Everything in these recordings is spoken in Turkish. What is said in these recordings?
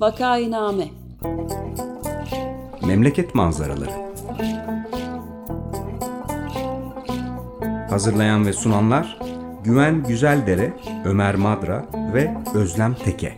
Vakainame. Memleket manzaraları. Hazırlayan ve sunanlar Güven Güzeldere, Ömer Madra ve Özlem Teke.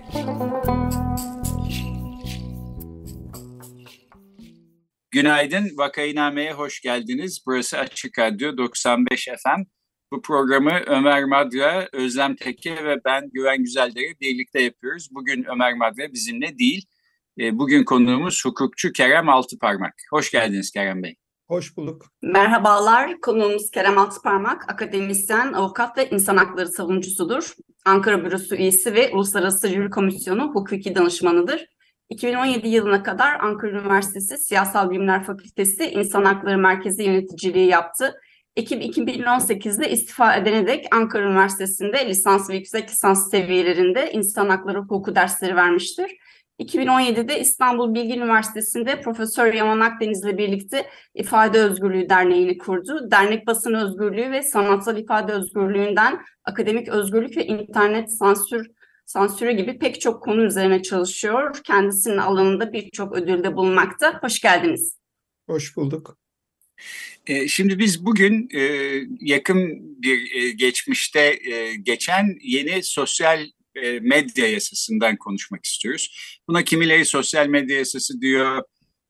Günaydın, Vakainame'ye hoş geldiniz. Burası Açık Radyo 95 FM. Bu programı Ömer Madra, Özlem Teke ve ben Güven Güzeldere birlikte yapıyoruz. Bugün Ömer Madra bizimle değil. Bugün konuğumuz hukukçu Kerem Altıparmak. Hoş geldiniz Kerem Bey. Hoş bulduk. Merhabalar, konuğumuz Kerem Altıparmak, akademisyen, avukat ve insan hakları savunucusudur. Ankara Bürosu üyesi ve Uluslararası Jüri Komisyonu hukuki danışmanıdır. 2017 yılına kadar Ankara Üniversitesi Siyasal Bilimler Fakültesi İnsan Hakları Merkezi yöneticiliği yaptı. Ekim 2018'de istifa edene dek Ankara Üniversitesi'nde lisans ve yüksek lisans seviyelerinde insan hakları hukuku dersleri vermiştir. 2017'de İstanbul Bilgi Üniversitesi'nde Profesör Yaman Akdeniz'le birlikte İfade Özgürlüğü Derneği'ni kurdu. Dernek basın özgürlüğü ve sanatsal ifade özgürlüğünden akademik özgürlük ve internet sansürü gibi pek çok konu üzerine çalışıyor. Kendisinin alanında birçok ödülde bulunmakta. Hoş geldiniz. Hoş bulduk. Şimdi biz bugün yakın bir geçmişte geçen yeni sosyal medya yasasından konuşmak istiyoruz. Buna kimileri sosyal medya yasası diyor,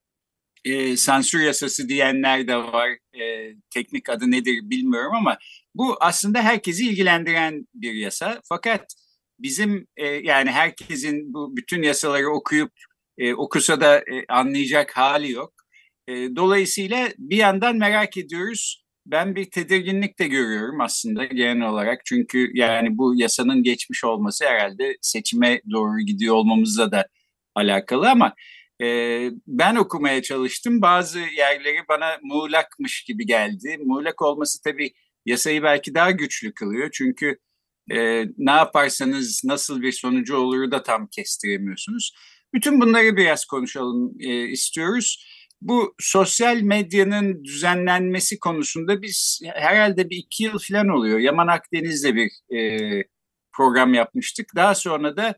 sansür yasası diyenler de var. Teknik adı nedir bilmiyorum ama bu aslında herkesi ilgilendiren bir yasa. Fakat bizim yani herkesin bu bütün yasaları okuyup okusa da anlayacak hali yok. Dolayısıyla bir yandan merak ediyoruz. Ben bir tedirginlik de görüyorum aslında genel olarak. Çünkü yani bu yasanın geçmiş olması herhalde seçime doğru gidiyor olmamızla da alakalı ama ben okumaya çalıştım. Bazı yerleri bana muğlakmış gibi geldi. Muğlak olması tabii yasayı belki daha güçlü kılıyor. Çünkü ne yaparsanız nasıl bir sonucu olur da tam kestiremiyorsunuz. Bütün bunları biraz konuşalım istiyoruz. Bu sosyal medyanın düzenlenmesi konusunda biz herhalde bir 2 yıl falan oluyor. Yaman Akdeniz'le bir program yapmıştık. Daha sonra da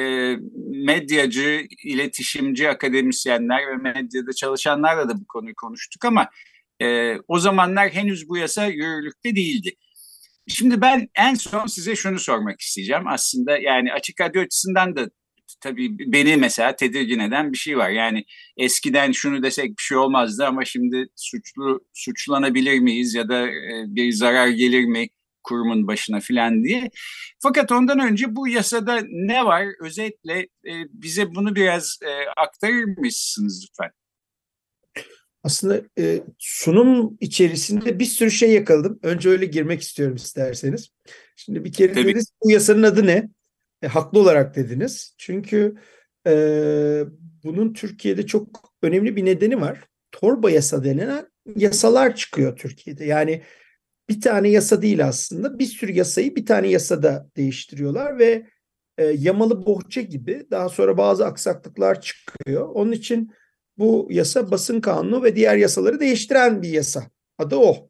medyacı, iletişimci akademisyenler ve medyada çalışanlarla da bu konuyu konuştuk ama o zamanlar henüz bu yasa yürürlükte değildi. Şimdi ben en son size şunu sormak isteyeceğim. Aslında yani Açık Radyo açısından da tabii beni mesela tedirgin eden bir şey var. Yani eskiden şunu desek bir şey olmazdı ama şimdi suçlanabilir miyiz ya da bir zarar gelir mi kurumun başına filan diye. Fakat ondan önce bu yasada ne var? Özetle bize bunu biraz aktarır mısınız lütfen? Aslında sunum içerisinde bir sürü şey yakaladım. Önce öyle girmek istiyorum isterseniz. Şimdi bir kere Tabii. dediniz bu yasanın adı ne? Haklı olarak dediniz. Çünkü bunun Türkiye'de çok önemli bir nedeni var. Torba yasa denilen yasalar çıkıyor Türkiye'de. Yani bir tane yasa değil aslında. Bir sürü yasayı bir tane yasada değiştiriyorlar ve yamalı bohça gibi daha sonra bazı aksaklıklar çıkıyor. Onun için bu yasa basın kanunu ve diğer yasaları değiştiren bir yasa. Adı o.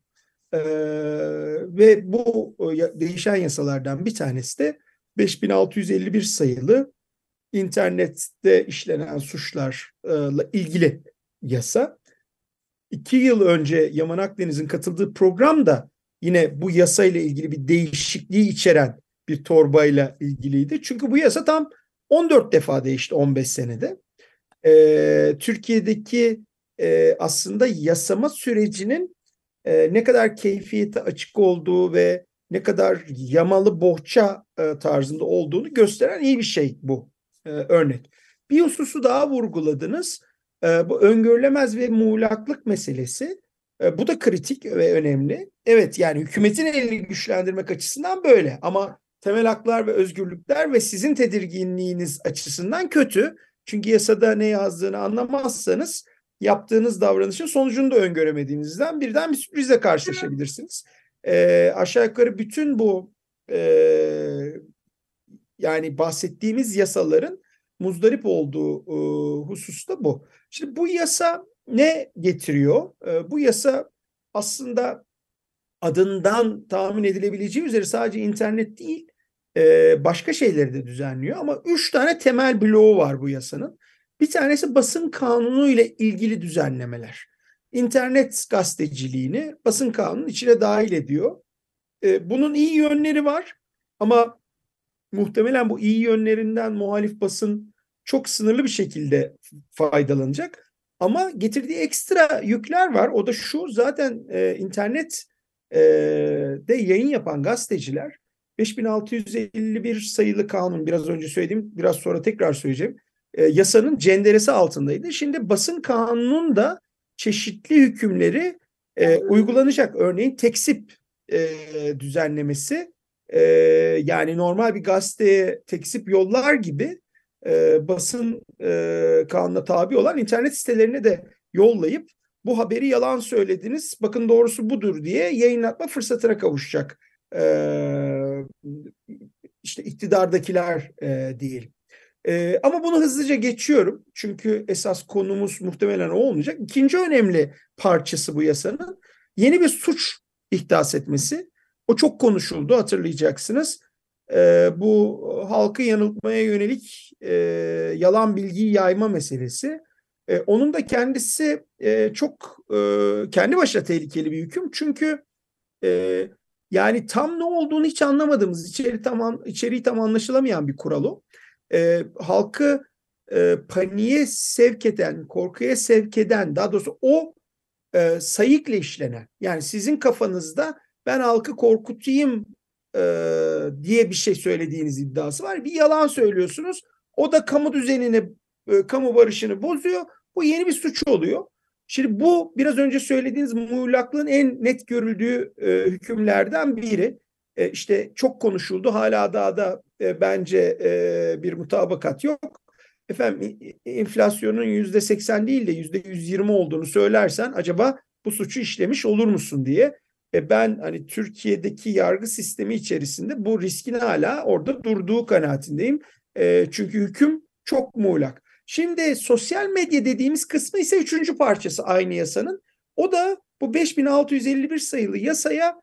Ve bu değişen yasalardan bir tanesi de 5651 sayılı internette işlenen suçlarla ilgili yasa. 2 yıl önce Yaman Akdeniz'in katıldığı program da yine bu yasayla ilgili bir değişikliği içeren bir torbayla ilgiliydi. Çünkü bu yasa tam 14 defa değişti 15 senede. Türkiye'deki aslında yasama sürecinin ne kadar keyfiyete açık olduğu ve ne kadar yamalı bohça tarzında olduğunu gösteren iyi bir şey bu örnek. Bir hususu daha vurguladınız. Bu öngörülemez ve muğlaklık meselesi. Bu da kritik ve önemli. Evet, yani hükümetin elini güçlendirmek açısından böyle ama temel haklar ve özgürlükler ve sizin tedirginliğiniz açısından kötü. Çünkü yasada ne yazdığını anlamazsanız yaptığınız davranışın sonucunu da öngöremediğinizden birden bir sürprizle karşılaşabilirsiniz. Aşağı yukarı bütün bu yani bahsettiğimiz yasaların muzdarip olduğu hususta bu. Şimdi bu yasa ne getiriyor? Bu yasa aslında adından tahmin edilebileceği üzere sadece internet değil, Başka şeyleri de düzenliyor ama 3 tane temel bloğu var bu yasanın. Bir tanesi basın kanunu ile ilgili düzenlemeler. İnternet gazeteciliğini basın kanunun içine dahil ediyor. Bunun iyi yönleri var ama muhtemelen bu iyi yönlerinden muhalif basın çok sınırlı bir şekilde faydalanacak. Ama getirdiği ekstra yükler var. O da şu: zaten internet de yayın yapan gazeteciler 5651 sayılı kanun, biraz önce söylediğim, biraz sonra tekrar söyleyeceğim, yasanın cenderesi altındaydı. Şimdi basın kanunun da çeşitli hükümleri uygulanacak. Örneğin tekzip düzenlemesi, yani normal bir gazeteye tekzip yollar gibi basın kanuna tabi olan internet sitelerine de yollayıp bu haberi yalan söylediniz, bakın doğrusu budur diye yayınlatma fırsatına kavuşacak işte iktidardakiler değil. Ama bunu hızlıca geçiyorum çünkü esas konumuz muhtemelen o olmayacak. İkinci önemli parçası bu yasanın yeni bir suç ihdas etmesi. O çok konuşuldu, hatırlayacaksınız. Bu halkı yanıltmaya yönelik yalan bilgiyi yayma meselesi. Onun da kendisi çok kendi başına tehlikeli bir hüküm. Çünkü yani tam ne olduğunu hiç anlamadığımız, içeriği tam anlaşılamayan bir kural o. Halkı paniğe sevk eden, korkuya sevk eden, daha doğrusu o sayıkla işlenen, yani sizin kafanızda ben halkı korkutayım diye bir şey söylediğiniz iddiası var. Bir yalan söylüyorsunuz. O da kamu düzenini, kamu barışını bozuyor. Bu yeni bir suç oluyor. Şimdi bu biraz önce söylediğiniz muğlaklığın en net görüldüğü hükümlerden biri. İşte çok konuşuldu. Hala daha da bence bir mutabakat yok. Efendim, enflasyonun %80 değil de %120 olduğunu söylersen acaba bu suçu işlemiş olur musun diye. Ben hani Türkiye'deki yargı sistemi içerisinde bu riskin hala orada durduğu kanaatindeyim. Çünkü hüküm çok muğlak. Şimdi sosyal medya dediğimiz kısmı ise üçüncü parçası aynı yasanın. O da bu 5651 sayılı yasaya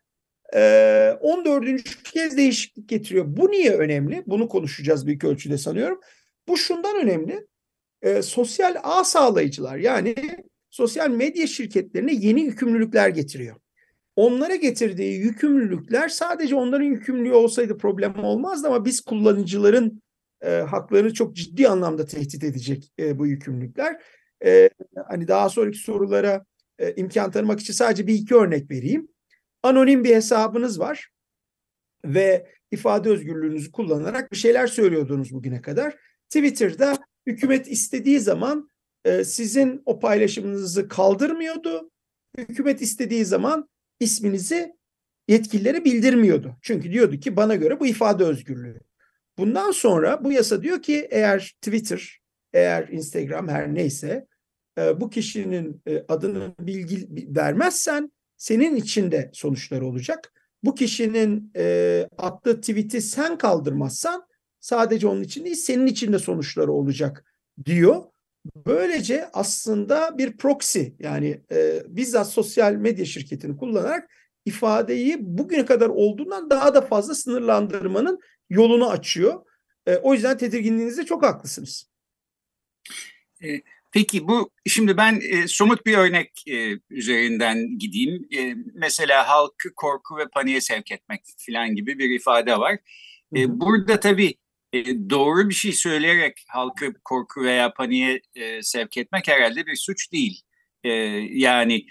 14. kez değişiklik getiriyor. Bu niye önemli? Bunu konuşacağız büyük ölçüde sanıyorum. Bu şundan önemli. Sosyal ağ sağlayıcılar, yani sosyal medya şirketlerine yeni yükümlülükler getiriyor. Onlara getirdiği yükümlülükler sadece onların yükümlülüğü olsaydı problem olmazdı ama biz kullanıcıların haklarını çok ciddi anlamda tehdit edecek bu yükümlülükler. Hani daha sonraki sorulara imkan tanımak için sadece bir iki örnek vereyim. Anonim bir hesabınız var ve ifade özgürlüğünüzü kullanarak bir şeyler söylüyordunuz bugüne kadar. Twitter'da hükümet istediği zaman sizin o paylaşımınızı kaldırmıyordu. Hükümet istediği zaman isminizi yetkililere bildirmiyordu. Çünkü diyordu ki bana göre bu ifade özgürlüğü. Bundan sonra bu yasa diyor ki eğer Twitter, eğer Instagram, her neyse bu kişinin adını bilgi vermezsen senin için de sonuçları olacak. Bu kişinin attığı tweet'i sen kaldırmazsan sadece onun için değil, senin için de sonuçları olacak diyor. Böylece aslında bir proxy, yani bizzat sosyal medya şirketini kullanarak ifadeyi bugüne kadar olduğundan daha da fazla sınırlandırmanın yolunu açıyor. O yüzden tedirginliğinizde çok haklısınız. Peki şimdi ben somut bir örnek üzerinden gideyim. Mesela halkı korku ve paniğe sevk etmek falan gibi bir ifade var. Burada tabii doğru bir şey söyleyerek halkı korku veya paniğe sevk etmek herhalde bir suç değil. Yani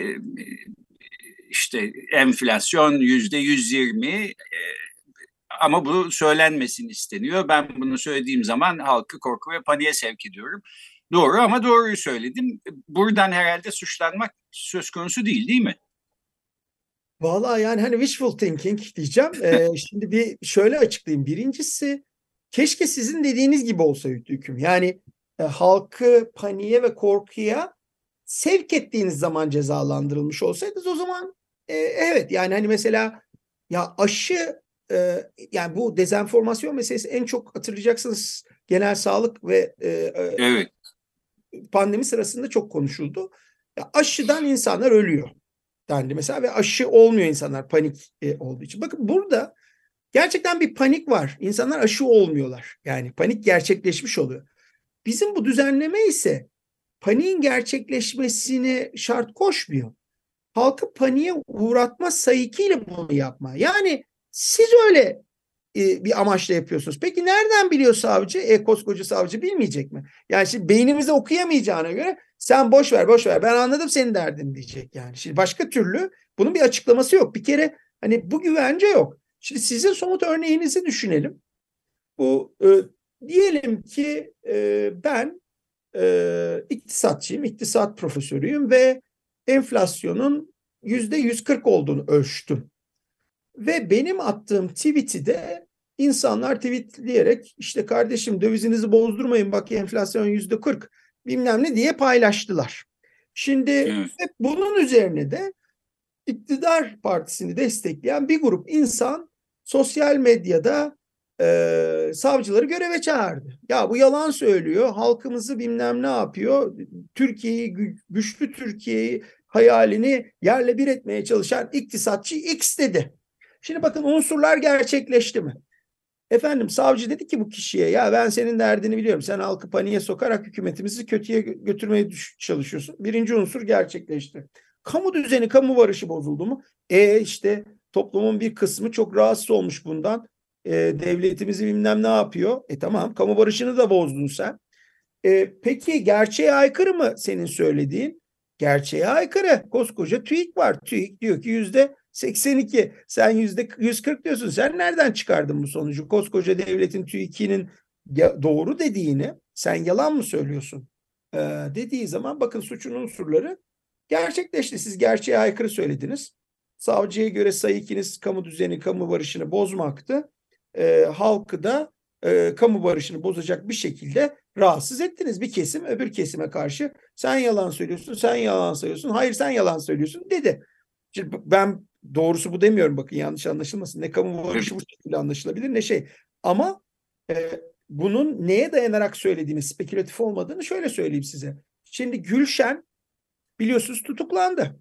işte enflasyon %120, ama bu söylenmesini isteniyor. Ben bunu söylediğim zaman halkı korku ve paniğe sevk ediyorum. Doğru, ama doğruyu söyledim. Buradan herhalde suçlanmak söz konusu değil mi? Vallahi yani hani wishful thinking diyeceğim. Şimdi bir şöyle açıklayayım. Birincisi, keşke sizin dediğiniz gibi olsa hüküm. Yani halkı paniğe ve korkuya sevk ettiğiniz zaman cezalandırılmış olsaydınız, o zaman evet, yani hani mesela ya aşı, yani bu dezenformasyon meselesi en çok hatırlayacaksınız genel sağlık ve evet. Pandemi sırasında çok konuşuldu. Ya aşıdan insanlar ölüyor dendi mesela ve aşı olmuyor insanlar panik olduğu için. Bakın burada gerçekten bir panik var. İnsanlar aşı olmuyorlar. Yani panik gerçekleşmiş oluyor. Bizim bu düzenleme ise paniğin gerçekleşmesini şart koşmuyor. Halkı paniğe uğratma sahikiyle bunu yapma. Yani siz öyle bir amaçla yapıyorsunuz. Peki nereden biliyor savcı? Koskoca savcı bilmeyecek mi? Yani şimdi beynimize okuyamayacağına göre sen boş ver boş ver ben anladım senin derdin diyecek yani. Şimdi başka türlü bunun bir açıklaması yok. Bir kere hani bu güvence yok. Şimdi sizin somut örneğinizi düşünelim. Bu diyelim ki ben iktisatçıyım, iktisat profesörüyüm ve enflasyonun %140 olduğunu ölçtüm. Ve benim attığım tweet'i de insanlar tweetleyerek işte kardeşim dövizinizi bozdurmayın bak enflasyon %40 bilmem ne diye paylaştılar. Şimdi hep bunun üzerine de iktidar partisini destekleyen bir grup insan sosyal medyada savcıları göreve çağırdı. Ya bu yalan söylüyor, halkımızı bilmem ne yapıyor, Türkiye'yi güçlü Türkiye'yi hayalini yerle bir etmeye çalışan iktisatçı X dedi. Şimdi bakın unsurlar gerçekleşti mi? Efendim savcı dedi ki bu kişiye ya ben senin derdini biliyorum. Sen halkı paniğe sokarak hükümetimizi kötüye götürmeye çalışıyorsun. Birinci unsur gerçekleşti. Kamu düzeni, kamu barışı bozuldu mu? İşte toplumun bir kısmı çok rahatsız olmuş bundan. Devletimizi bilmem ne yapıyor. Tamam kamu barışını da bozdun sen. Peki gerçeğe aykırı mı senin söylediğin? Gerçeğe aykırı. Koskoca TÜİK var. TÜİK diyor ki %82. Sen %140 diyorsun. Sen nereden çıkardın bu sonucu? Koskoca devletin TÜİK'inin doğru dediğini sen yalan mı söylüyorsun? Dediği zaman bakın suçun unsurları gerçekleşti. Siz gerçeğe aykırı söylediniz. Savcıya göre sayıkiniz kamu düzeni, kamu barışını bozmaktı. Halkı da kamu barışını bozacak bir şekilde rahatsız ettiniz. Bir kesim öbür kesime karşı sen yalan söylüyorsun, sen yalan söylüyorsun, hayır sen yalan söylüyorsun dedi. Şimdi ben doğrusu bu demiyorum bakın yanlış anlaşılmasın. Ne kamu barışı bu şekilde anlaşılabilir ne şey. Ama bunun neye dayanarak söylediğini, spekülatif olmadığını şöyle söyleyeyim size. Şimdi Gülşen biliyorsunuz tutuklandı.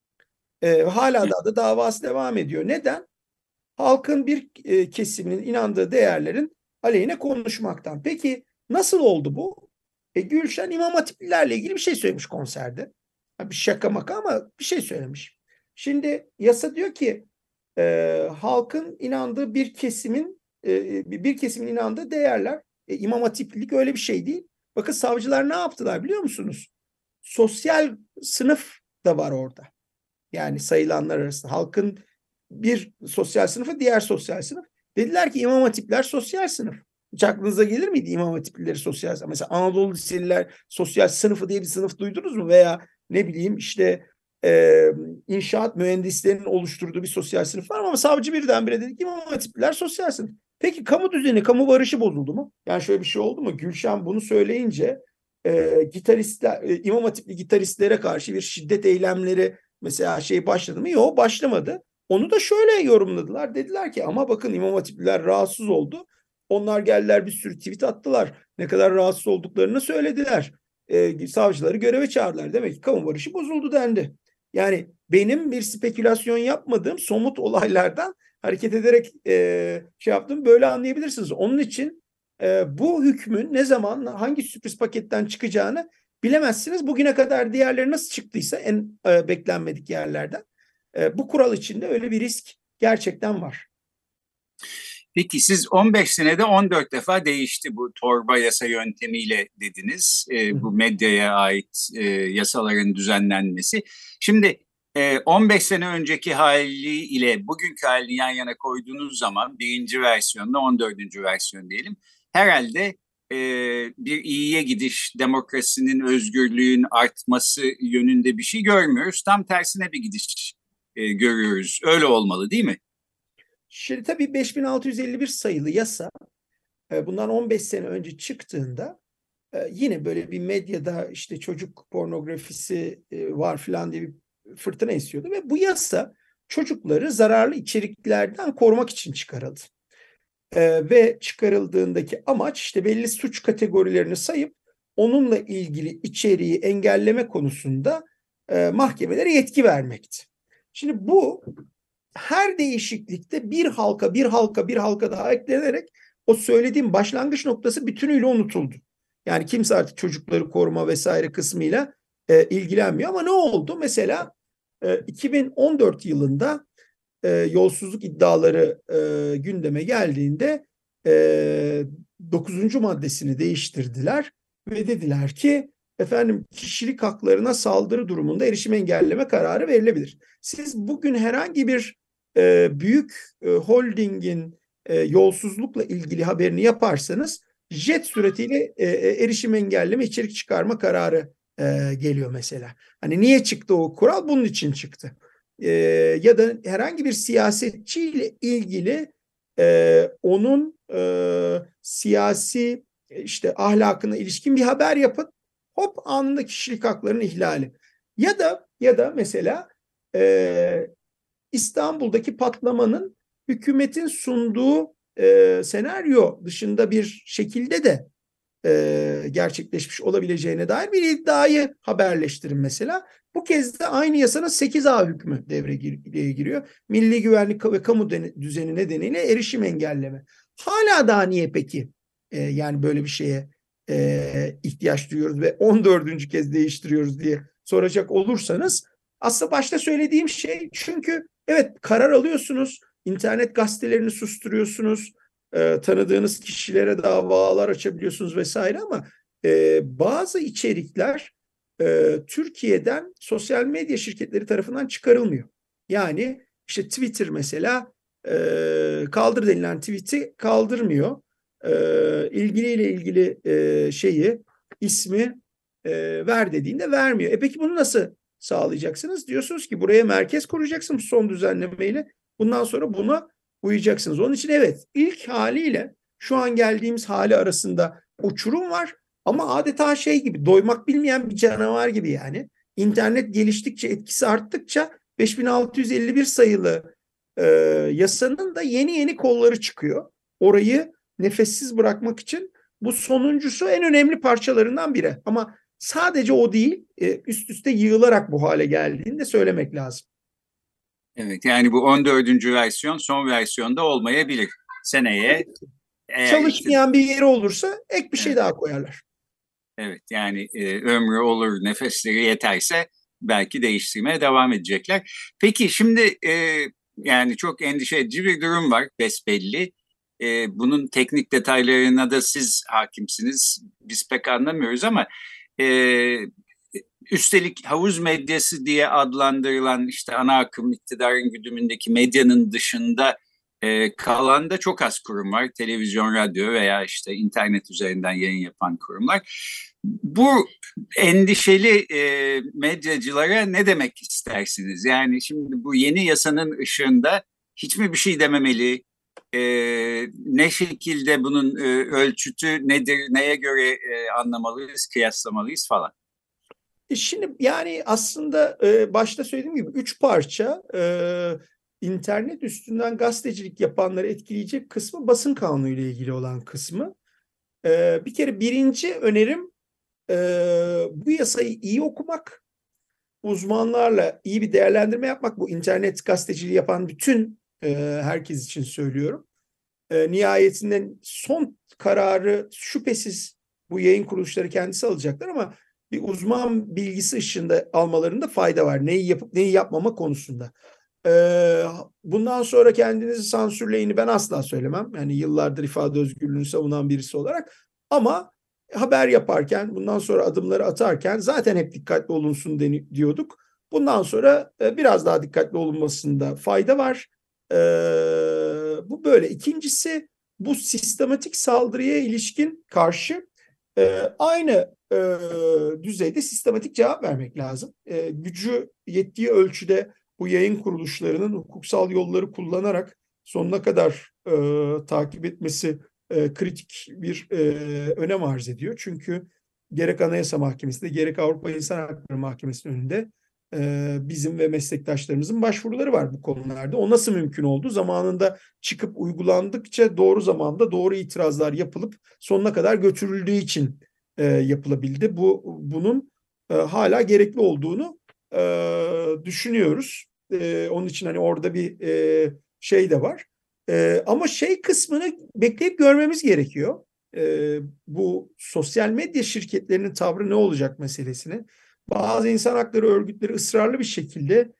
Hala da davası devam ediyor. Neden? Halkın bir kesiminin inandığı değerlerin aleyhine konuşmaktan. Peki nasıl oldu bu? Gülşen İmam Hatiplilerle ilgili bir şey söylemiş konserde. Bir şaka maka ama bir şey söylemiş. Şimdi yasa diyor ki halkın inandığı bir kesimin inandığı değerler. İmam Hatiplilik öyle bir şey değil. Bakın savcılar ne yaptılar biliyor musunuz? Sosyal sınıf da var orada. Yani sayılanlar arasında halkın bir sosyal sınıfı diğer sosyal sınıf. Dediler ki İmam Hatipler sosyal sınıf. Hiç aklınıza gelir miydi İmam Hatipleri sosyal sınıf? Mesela Anadolu Liseliler sosyal sınıfı diye bir sınıf duydunuz mu? Veya ne bileyim işte inşaat mühendislerinin oluşturduğu bir sosyal sınıf var ama savcı birdenbire dedi ki İmam Hatipler sosyal sınıf. Peki kamu düzeni, kamu barışı bozuldu mu? Yani şöyle bir şey oldu mu? Gülşen bunu söyleyince gitaristler, İmam Hatipli gitaristlere karşı bir şiddet eylemleri mesela başladı mı? Yok başlamadı. Onu da şöyle yorumladılar. Dediler ki ama bakın İmam Hatipliler rahatsız oldu. Onlar geldiler bir sürü tweet attılar. Ne kadar rahatsız olduklarını söylediler. Savcıları göreve çağırdılar. Demek ki kamu barışı bozuldu dendi. Yani benim bir spekülasyon yapmadığım somut olaylardan hareket ederek yaptım. Böyle anlayabilirsiniz. Onun için bu hükmün ne zaman hangi sürpriz paketten çıkacağını bilemezsiniz. Bugüne kadar diğerleri nasıl çıktıysa en beklenmedik yerlerden. Bu kural içinde öyle bir risk gerçekten var. Peki siz 15 senede 14 defa değişti bu torba yasa yöntemiyle dediniz. Bu medyaya ait yasaların düzenlenmesi. Şimdi 15 sene önceki haliyle bugünkü halini yan yana koyduğunuz zaman birinci versiyonla 14. versiyon diyelim. Herhalde bir iyiye gidiş, demokrasinin, özgürlüğün artması yönünde bir şey görmüyoruz. Tam tersine bir gidiş görüyoruz. Öyle olmalı değil mi? Şimdi tabii 5651 sayılı yasa bundan 15 sene önce çıktığında yine böyle bir medyada işte çocuk pornografisi var filan diye bir fırtına esiyordu ve bu yasa çocukları zararlı içeriklerden korumak için çıkarıldı. Ve çıkarıldığındaki amaç işte belli suç kategorilerini sayıp onunla ilgili içeriği engelleme konusunda mahkemelere yetki vermekti. Şimdi bu her değişiklikte bir halka daha eklenerek o söylediğim başlangıç noktası bütünüyle unutuldu. Yani kimse artık çocukları koruma vesaire kısmıyla ilgilenmiyor. Ama ne oldu? Mesela 2014 yılında yolsuzluk iddiaları gündeme geldiğinde 9. maddesini değiştirdiler ve dediler ki efendim kişilik haklarına saldırı durumunda erişim engelleme kararı verilebilir. Siz bugün herhangi bir büyük holdingin yolsuzlukla ilgili haberini yaparsanız jet suretiyle erişim engelleme içerik çıkarma kararı geliyor mesela. Hani niye çıktı o kural? Bunun için çıktı. Ya da herhangi bir siyasetçiyle ilgili onun siyasi işte ahlakına ilişkin bir haber yapın. Hop anında kişilik haklarının ihlali. Ya da mesela İstanbul'daki patlamanın hükümetin sunduğu senaryo dışında bir şekilde de gerçekleşmiş olabileceğine dair bir iddiayı haberleştirin mesela. Bu kez de aynı yasanın 8A hükmü devreye giriyor. Milli güvenlik ve kamu düzeni nedeniyle erişim engelleme. Hala daha niye peki yani böyle bir şeye ihtiyaç duyuyoruz ve 14. kez değiştiriyoruz diye soracak olursanız aslında başta söylediğim şey, çünkü evet karar alıyorsunuz, internet gazetelerini susturuyorsunuz, tanıdığınız kişilere davalar açabiliyorsunuz vesaire ama bazı içerikler Türkiye'den sosyal medya şirketleri tarafından çıkarılmıyor. Yani işte Twitter mesela kaldır denilen tweet'i kaldırmıyor. İlgili ismi ver dediğinde vermiyor. Peki bunu nasıl sağlayacaksınız? Diyorsunuz ki buraya merkez kuracaksınız son düzenlemeyle. Bundan sonra buna uyacaksınız. Onun için evet, ilk haliyle şu an geldiğimiz hali arasında uçurum var ama adeta şey gibi, doymak bilmeyen bir canavar gibi yani. İnternet geliştikçe, etkisi arttıkça 5651 sayılı yasanın da yeni kolları çıkıyor. Orayı nefessiz bırakmak için bu sonuncusu en önemli parçalarından biri. Ama sadece o değil, üst üste yığılarak bu hale geldiğini de söylemek lazım. Evet, yani bu 14. versiyon son versiyonda olmayabilir. Seneye çalışmayan bir yeri olursa ek bir şey daha koyarlar. Evet, yani ömrü olur, nefesleri yeterse belki değiştirmeye devam edecekler. Peki şimdi yani çok endişe edici bir durum var besbelli. Bunun teknik detaylarına da siz hakimsiniz. Biz pek anlamıyoruz ama üstelik havuz medyası diye adlandırılan işte ana akım iktidarın güdümündeki medyanın dışında kalan da çok az kurum var. Televizyon, radyo veya işte internet üzerinden yayın yapan kurumlar. Bu endişeli medyacılara ne demek istersiniz? Yani şimdi bu yeni yasanın ışığında hiç mi bir şey dememeli? Ne şekilde bunun ölçütü nedir? Neye göre anlamalıyız, kıyaslamalıyız falan? Şimdi yani aslında başta söylediğim gibi 3 parça internet üstünden gazetecilik yapanları etkileyecek kısmı basın kanunu ile ilgili olan kısmı. Bir kere birinci önerim bu yasayı iyi okumak, uzmanlarla iyi bir değerlendirme yapmak. Bu internet gazeteciliği yapan bütün herkes için söylüyorum. Nihayetinde son kararı şüphesiz bu yayın kuruluşları kendisi alacaklar ama bir uzman bilgisi ışığında almalarında fayda var. Neyi yapıp neyi yapmama konusunda. Bundan sonra kendinizi sansürleyini ben asla söylemem. Yani yıllardır ifade özgürlüğünü savunan birisi olarak. Ama haber yaparken, bundan sonra adımları atarken zaten hep dikkatli olunsun diyorduk. Bundan sonra biraz daha dikkatli olunmasında fayda var. Bu böyle. İkincisi, bu sistematik saldırıya ilişkin karşı aynı düzeyde sistematik cevap vermek lazım. Gücü yettiği ölçüde bu yayın kuruluşlarının hukuksal yolları kullanarak sonuna kadar takip etmesi kritik bir önem arz ediyor. Çünkü gerek Anayasa Mahkemesi'nde gerek Avrupa İnsan Hakları Mahkemesi'nin önünde bizim ve meslektaşlarımızın başvuruları var bu konularda. O nasıl mümkün oldu? Zamanında çıkıp uygulandıkça doğru zamanda doğru itirazlar yapılıp sonuna kadar götürüldüğü için yapılabildi. Bunun hala gerekli olduğunu düşünüyoruz. Onun için hani orada bir şey de var. Ama şey kısmını bekleyip görmemiz gerekiyor. Bu sosyal medya şirketlerinin tavrı ne olacak meselesini. Bazı insan hakları örgütleri ısrarlı bir şekilde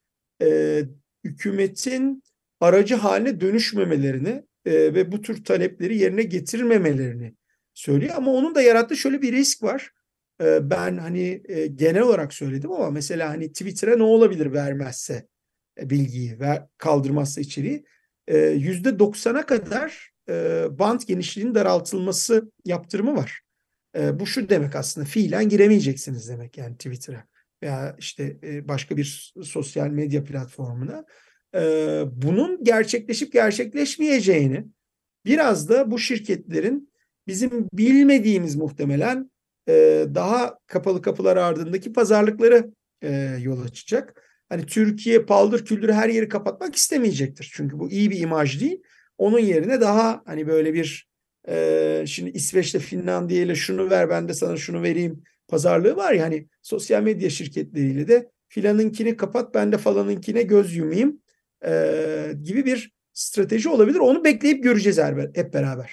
hükümetin aracı haline dönüşmemelerini ve bu tür talepleri yerine getirmemelerini söylüyor. Ama onun da yarattığı şöyle bir risk var. Ben hani genel olarak söyledim ama mesela hani Twitter'a ne olabilir vermezse bilgiyi ve kaldırmazsa içeriği %90'a kadar bant genişliğinin daraltılması yaptırımı var. Bu şu demek aslında fiilen giremeyeceksiniz demek yani Twitter'a veya işte başka bir sosyal medya platformuna. Bunun gerçekleşip gerçekleşmeyeceğini biraz da bu şirketlerin bizim bilmediğimiz muhtemelen daha kapalı kapılar ardındaki pazarlıkları yol açacak. Hani Türkiye paldır küldür her yeri kapatmak istemeyecektir. Çünkü bu iyi bir imaj değil. Onun yerine daha hani böyle bir şimdi İsveç'te Finlandiya ile şunu ver ben de sana şunu vereyim pazarlığı var ya hani sosyal medya şirketleriyle de filanınkini kapat ben de falanınkine göz yumayım gibi bir strateji olabilir. Onu bekleyip göreceğiz hep beraber.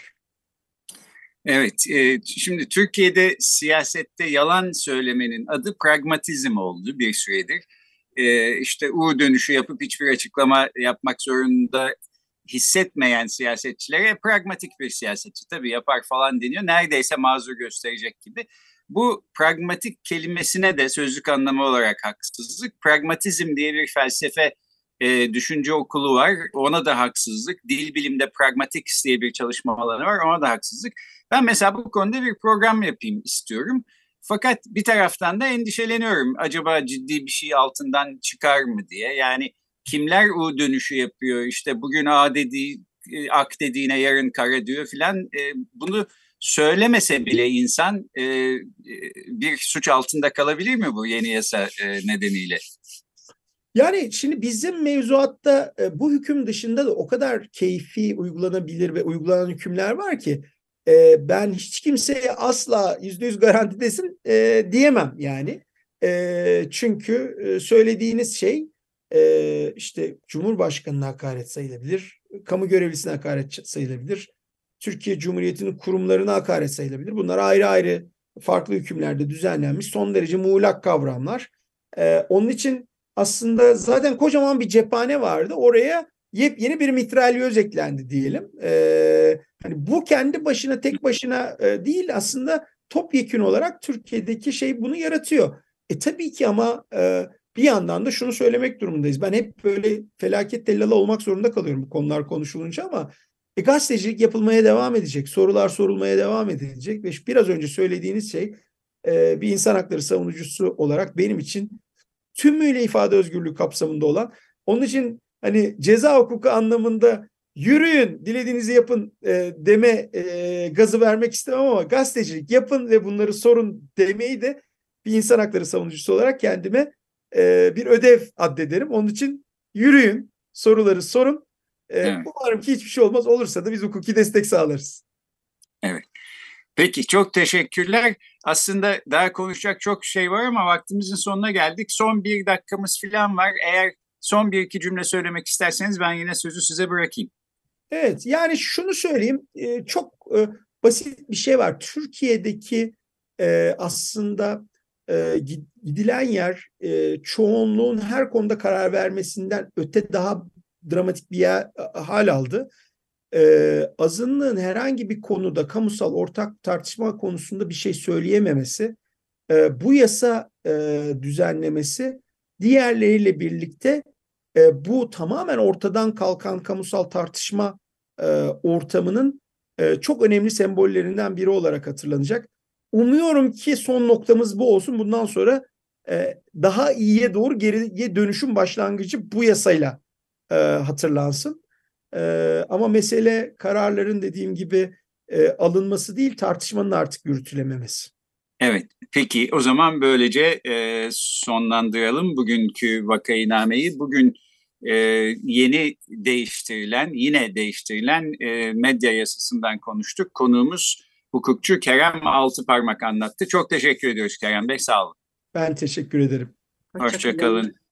Evet, şimdi Türkiye'de siyasette yalan söylemenin adı pragmatizm oldu bir süredir. İşte U dönüşü yapıp hiçbir açıklama yapmak zorunda hissetmeyen siyasetçilere pragmatik bir siyasetçi tabii yapar falan deniyor. Neredeyse mazur gösterecek gibi. Bu pragmatik kelimesine de sözlük anlamı olarak haksızlık. Pragmatizm diye bir felsefe düşünce okulu var. Ona da haksızlık. Dil bilimde pragmatics diye bir çalışma alanı var. Ona da haksızlık. Ben mesela bu konuda bir program yapayım istiyorum. Fakat bir taraftan da endişeleniyorum. Acaba ciddi bir şey altından çıkar mı diye. Yani kimler U dönüşü yapıyor? İşte bugün A dediği, ak dediğine yarın kara diyor filan. Bunu söylemese bile insan bir suç altında kalabilir mi bu yeni yasa nedeniyle? Yani şimdi bizim mevzuatta bu hüküm dışında da o kadar keyfi uygulanabilir ve uygulanan hükümler var ki ben hiç kimseye asla %100 garantidesin diyemem yani. Çünkü söylediğiniz şey işte Cumhurbaşkanı'na hakaret sayılabilir, kamu görevlisine hakaret sayılabilir, Türkiye Cumhuriyeti'nin kurumlarına hakaret sayılabilir. Bunlar ayrı ayrı farklı hükümlerde düzenlenmiş son derece muğlak kavramlar. Onun için aslında zaten kocaman bir cephane vardı. Oraya yepyeni bir mitralyöz eklendi diyelim. Hani bu kendi başına tek başına değil aslında topyekün olarak Türkiye'deki şey bunu yaratıyor. Tabii ki ama bir yandan da şunu söylemek durumundayız. Ben hep böyle felaket tellalı olmak zorunda kalıyorum bu konular konuşulunca ama gazetecilik yapılmaya devam edecek. Sorular sorulmaya devam edilecek ve biraz önce söylediğiniz şey bir insan hakları savunucusu olarak benim için tümüyle ifade özgürlüğü kapsamında olan. Onun için hani ceza hukuku anlamında yürüyün, dilediğinizi yapın deme gazı vermek istemem ama gazetecilik yapın ve bunları sorun demeyi de bir insan hakları savunucusu olarak kendime bir ödev addederim. Onun için yürüyün, soruları sorun. Evet. Umarım ki hiçbir şey olmaz. Olursa da biz hukuki destek sağlarız. Evet. Peki çok teşekkürler. Aslında daha konuşacak çok şey var ama vaktimizin sonuna geldik. Son 1 dakikamız falan var. Eğer son 1-2 cümle söylemek isterseniz ben yine sözü size bırakayım. Evet yani şunu söyleyeyim çok basit bir şey var. Türkiye'deki aslında gidilen yer çoğunluğun her konuda karar vermesinden öte daha dramatik bir hal aldı. Azınlığın herhangi bir konuda kamusal ortak tartışma konusunda bir şey söyleyememesi, bu yasa düzenlemesi diğerleriyle birlikte bu tamamen ortadan kalkan kamusal tartışma ortamının çok önemli sembollerinden biri olarak hatırlanacak. Umuyorum ki son noktamız bu olsun. Bundan sonra daha iyiye doğru geriye dönüşüm başlangıcı bu yasayla hatırlansın. Ama mesele kararların dediğim gibi alınması değil, tartışmanın artık yürütülememesi. Evet, peki o zaman böylece sonlandıralım bugünkü vakaynameyi. Bugün yine değiştirilen medya yasasından konuştuk. Konuğumuz hukukçu Kerem Altıparmak anlattı. Çok teşekkür ediyoruz Kerem Bey, sağ olun. Ben teşekkür ederim. Hoşça kalın.